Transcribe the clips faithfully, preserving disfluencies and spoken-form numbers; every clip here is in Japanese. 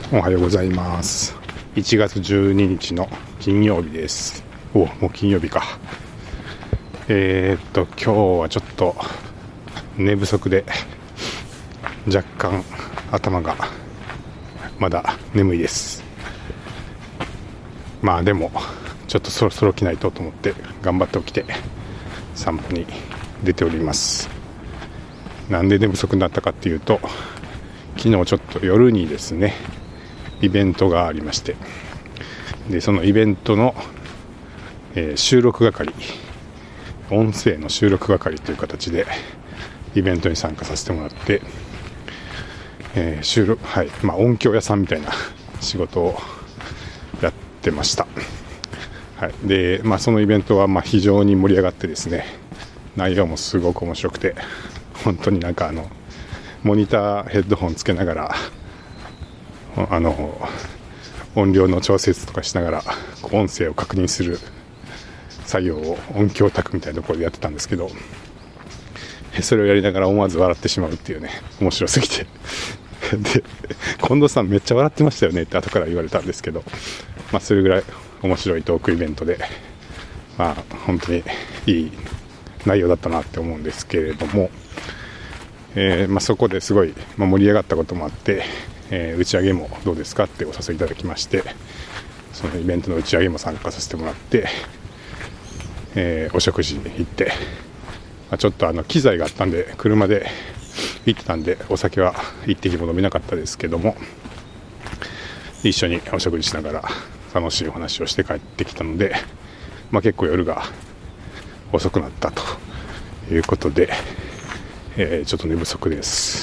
おはようございます。いちがつじゅうににちの金曜日です。お、もう金曜日か。えー、っと今日はちょっと寝不足で若干頭がまだ眠いです。まあでもちょっとそろそろ起きないとと思って頑張って起きて散歩に出ております。なんで寝不足になったかっていうと、昨日ちょっと夜にですねイベントがありまして、でそのイベントの、えー、収録係、音声の収録係という形でイベントに参加させてもらって、えー、収録、はい、まあ音響屋さんみたいな仕事をやってました。はい、で、まあそのイベントはまあ非常に盛り上がってですね、内容もすごく面白くて、本当になんかあのモニターヘッドホンつけながらあの音量の調節とかしながら音声を確認する作業を音響卓みたいなところでやってたんですけど、それをやりながら思わず笑ってしまうっていうね、面白すぎてで近藤さんめっちゃ笑ってましたよねって後から言われたんですけど、まあそれぐらい面白いトークイベントで、まあ本当にいい内容だったなって思うんですけれども、えーまあ、そこですごい、まあ、盛り上がったこともあって、えー、打ち上げもどうですかってお誘いいただきまして、そのイベントの打ち上げも参加させてもらって、えー、お食事に行って、まあ、ちょっとあの機材があったんで車で行ってたんでお酒は一滴も飲めなかったですけども、一緒にお食事しながら楽しいお話をして帰ってきたので、まあ、結構夜が遅くなったということで、えー、ちょっと寝不足です。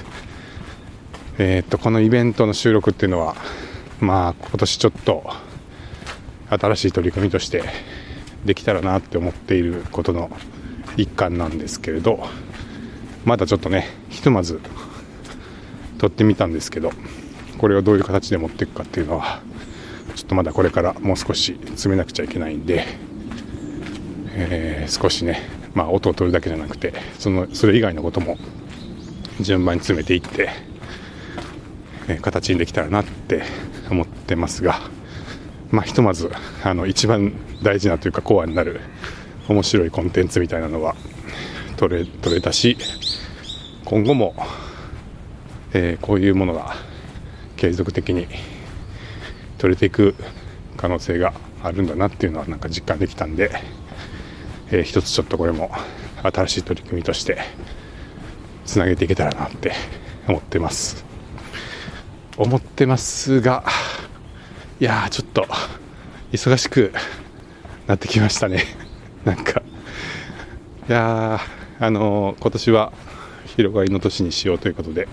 えー、っとこのイベントの収録っていうのは、まあ今年ちょっと新しい取り組みとしてできたらなって思っていることの一環なんですけれど、まだちょっとねひとまず撮ってみたんですけど、これをどういう形で持っていくかっていうのはちょっとまだこれからもう少し詰めなくちゃいけないんで、えー、少しね、まあ、音を取るだけじゃなくてそのそれ以外のことも順番に詰めていって、えー、形にできたらなって思ってますが、まあ、ひとまずあの一番大事なというかコアになる面白いコンテンツみたいなのは取れ、取れたし、今後も、えー、こういうものが継続的に取れていく可能性があるんだなっていうのはなんか実感できたんで、えー、一つちょっとこれも新しい取り組みとしてつなげていけたらなって思ってます思ってますが、いやーちょっと忙しくなってきましたねなんかいやーあのー、今年は広がりの年にしようということで、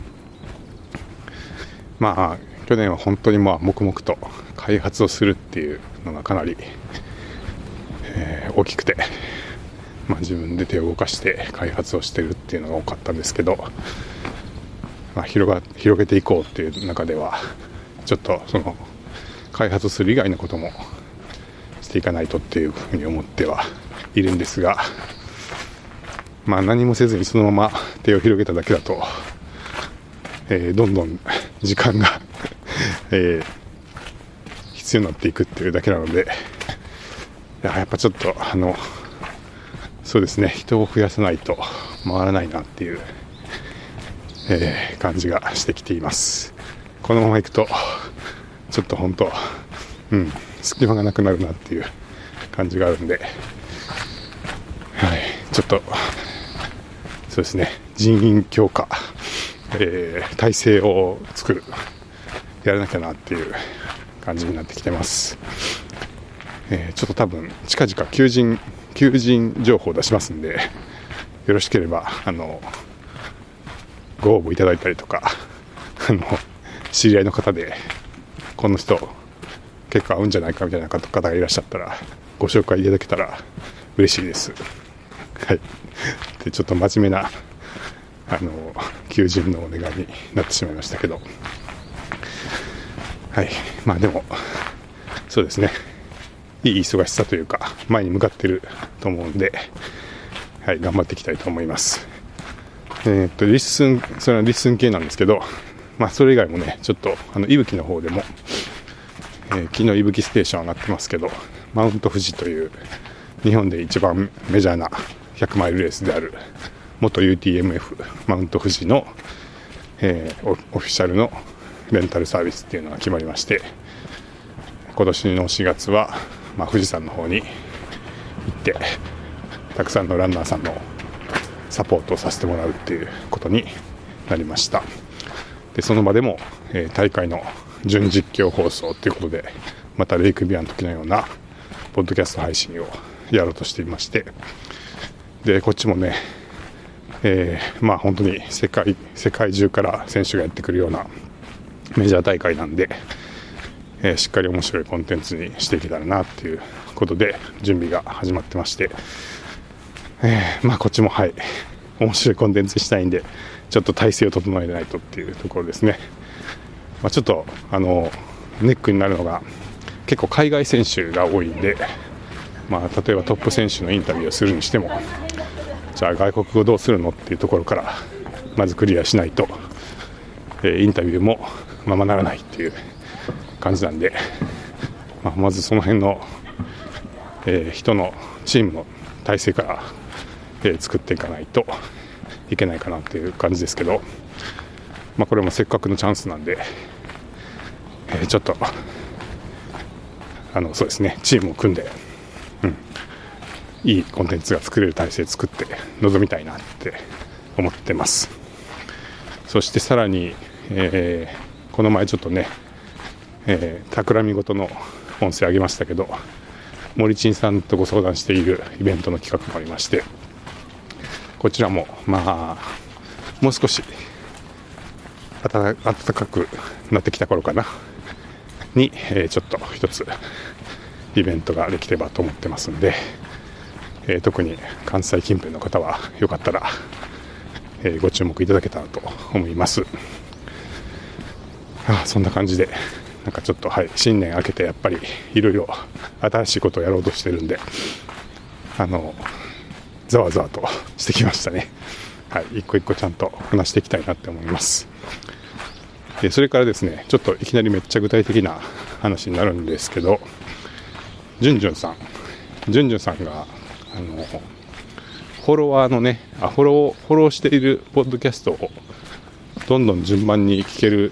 まあ去年は本当にまあ黙々と開発をするっていうのがかなり、えー、大きくて、まあ、自分で手を動かして開発をしてるっていうのが多かったんですけど、まあ、広が広げていこうっていう中ではちょっとその開発する以外のこともしていかないとっていうふうに思ってはいるんですが、まあ何もせずにそのまま手を広げただけだと、えー、どんどん時間が、えー、必要になっていくっていうだけなので、いややっぱちょっとあのそうですね、人を増やさないと回らないなっていう、えー、感じがしてきています。このままいくとちょっと本当、うん、隙間がなくなるなっていう感じがあるんで、はい、ちょっとそうですね、人員強化、えー、体制を作るやらなきゃなっていう感じになってきてます。えー、ちょっと多分近々求人求人情報を出しますんで、よろしければあのご応募いただいたりとか、あの知り合いの方でこの人結構合うんじゃないかみたいな方がいらっしゃったらご紹介いただけたら嬉しいです。はい。でちょっと真面目なあの求人のお願いになってしまいましたけど、はい。まあでもそうですね、いい忙しさというか前に向かってると思うんで、はい、頑張っていきたいと思います。えー、っとリッスンそれはリッスン系なんですけど、 まあそれ以外もねちょっとあのいぶきの方でも、えー、昨日いぶきステーション上がってますけど、マウント富士という日本で一番メジャーなひゃくマイルレースである元 ユーティーエムエフ マウント富士の、えー、オフィシャルのレンタルサービスっていうのが決まりまして、今年のしがつは、まあ、富士山の方に行ってたくさんのランナーさんのサポートをさせてもらうっていうことになりました。でその場でも、えー、大会の準実況放送ということで、またレイクビアの時のようなポッドキャスト配信をやろうとしていまして、でこっちもね、えー、まあ本当に世界世界中から選手がやってくるようなメジャー大会なんで、えー、しっかり面白いコンテンツにしていけたらなっていうことで準備が始まってまして、えー、まあこっちもはい面白いコンテンツしたいんで、ちょっと体制を整えないとっていうところですね。まあ、ちょっとあのネックになるのが結構海外選手が多いんで、まあ、例えばトップ選手のインタビューをするにしても、じゃあ外国語どうするのっていうところからまずクリアしないと、えー、インタビューもままならないっていう感じなんで、まあ、まずその辺の、えー、人のチームの体制から、えー、作っていかないといけないかなっていう感じですけど、まあ、これもせっかくのチャンスなんで、えー、ちょっとあのそうですねチームを組んで、うん、いいコンテンツが作れる体制作って臨みたいなって思ってます。そしてさらに、えー、この前ちょっとね、えー、企みごとの音声あげましたけど、森珍さんとご相談しているイベントの企画もありまして、こちらもまあもう少し暖かくなってきた頃かなに、えー、ちょっと一つイベントができればと思ってますんで、えー、特に関西近辺の方はよかったら、えー、ご注目いただけたらと思います。ああそんな感じでなんかちょっとはい新年明けてやっぱりいろいろ新しいことをやろうとしてるんで、あのざわざわとしてきましたね。はい、一個一個ちゃんと話していきたいなって思います。でそれからですね、ちょっといきなりめっちゃ具体的な話になるんですけど、じゅんじゅんさんじゅんじゅんさんがあのフォロワーのねあフォローフォローしているポッドキャストをどんどん順番に聞ける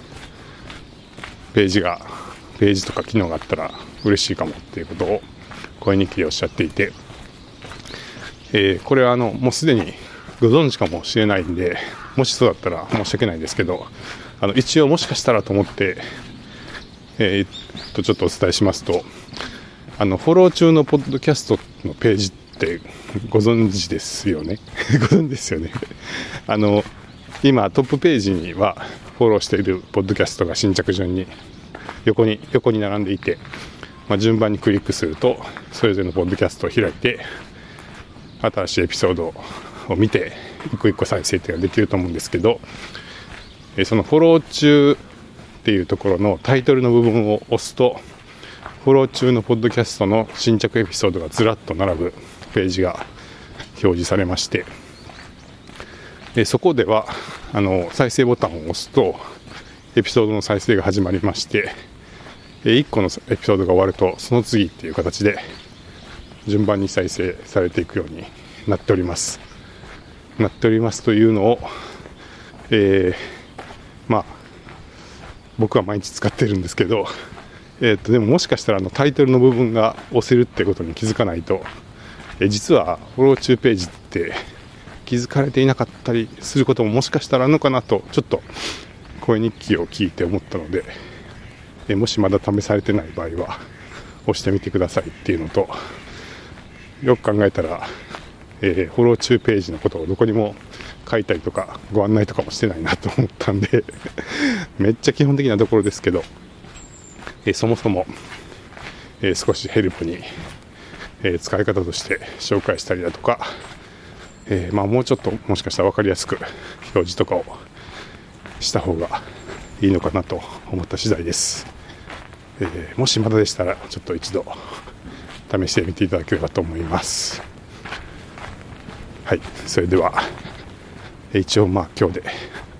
ページがページとか機能があったら嬉しいかもっていうことを声日記でおっしゃっていて、えー、これはあのもうすでにご存知かもしれないんで、もしそうだったら申し訳ないんですけど、あの一応もしかしたらと思って、えー、っとちょっとお伝えしますと、あのフォロー中のポッドキャストのページってご存知ですよねご存知ですよねあの今トップページにはフォローしているポッドキャストが新着順に横に横に並んでいて、まあ、順番にクリックするとそれぞれのポッドキャストを開いて新しいエピソードを見て一個一個再生ってができると思うんですけど、えそのフォロー中っていうところのタイトルの部分を押すと、フォロー中のポッドキャストの新着エピソードがずらっと並ぶページが表示されまして、でそこではあの再生ボタンを押すとエピソードの再生が始まりまして、いっこのエピソードが終わるとその次っていう形で順番に再生されていくようになっておりますなっておりますというのを、えー、まあ僕は毎日使ってるんですけど、えー、とでももしかしたらあのタイトルの部分が押せるってことに気づかないと、えー、実はフォロー中ページって気づかれていなかったりすることももしかしたらあるのかなと、ちょっと声日記を聞いて思ったので、えー、もしまだ試されてない場合は押してみてくださいっていうのと、よく考えたら、えー、フォロー中ページのことをどこにも書いたりとかご案内とかもしてないなと思ったんでめっちゃ基本的なところですけど、えー、そもそも、えー、少しヘルプに、えー、使い方として紹介したりだとか、えーまあ、もうちょっともしかしたら分かりやすく表示とかをした方がいいのかなと思った次第です。えー、もしまだでしたらちょっと一度試してみていただければと思います。はい、それでは一応まあ今日で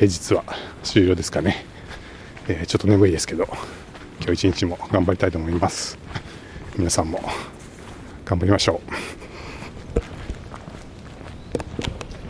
平日は終了ですかね。えー、ちょっと眠いですけど今日一日も頑張りたいと思います。皆さんも頑張りましょう。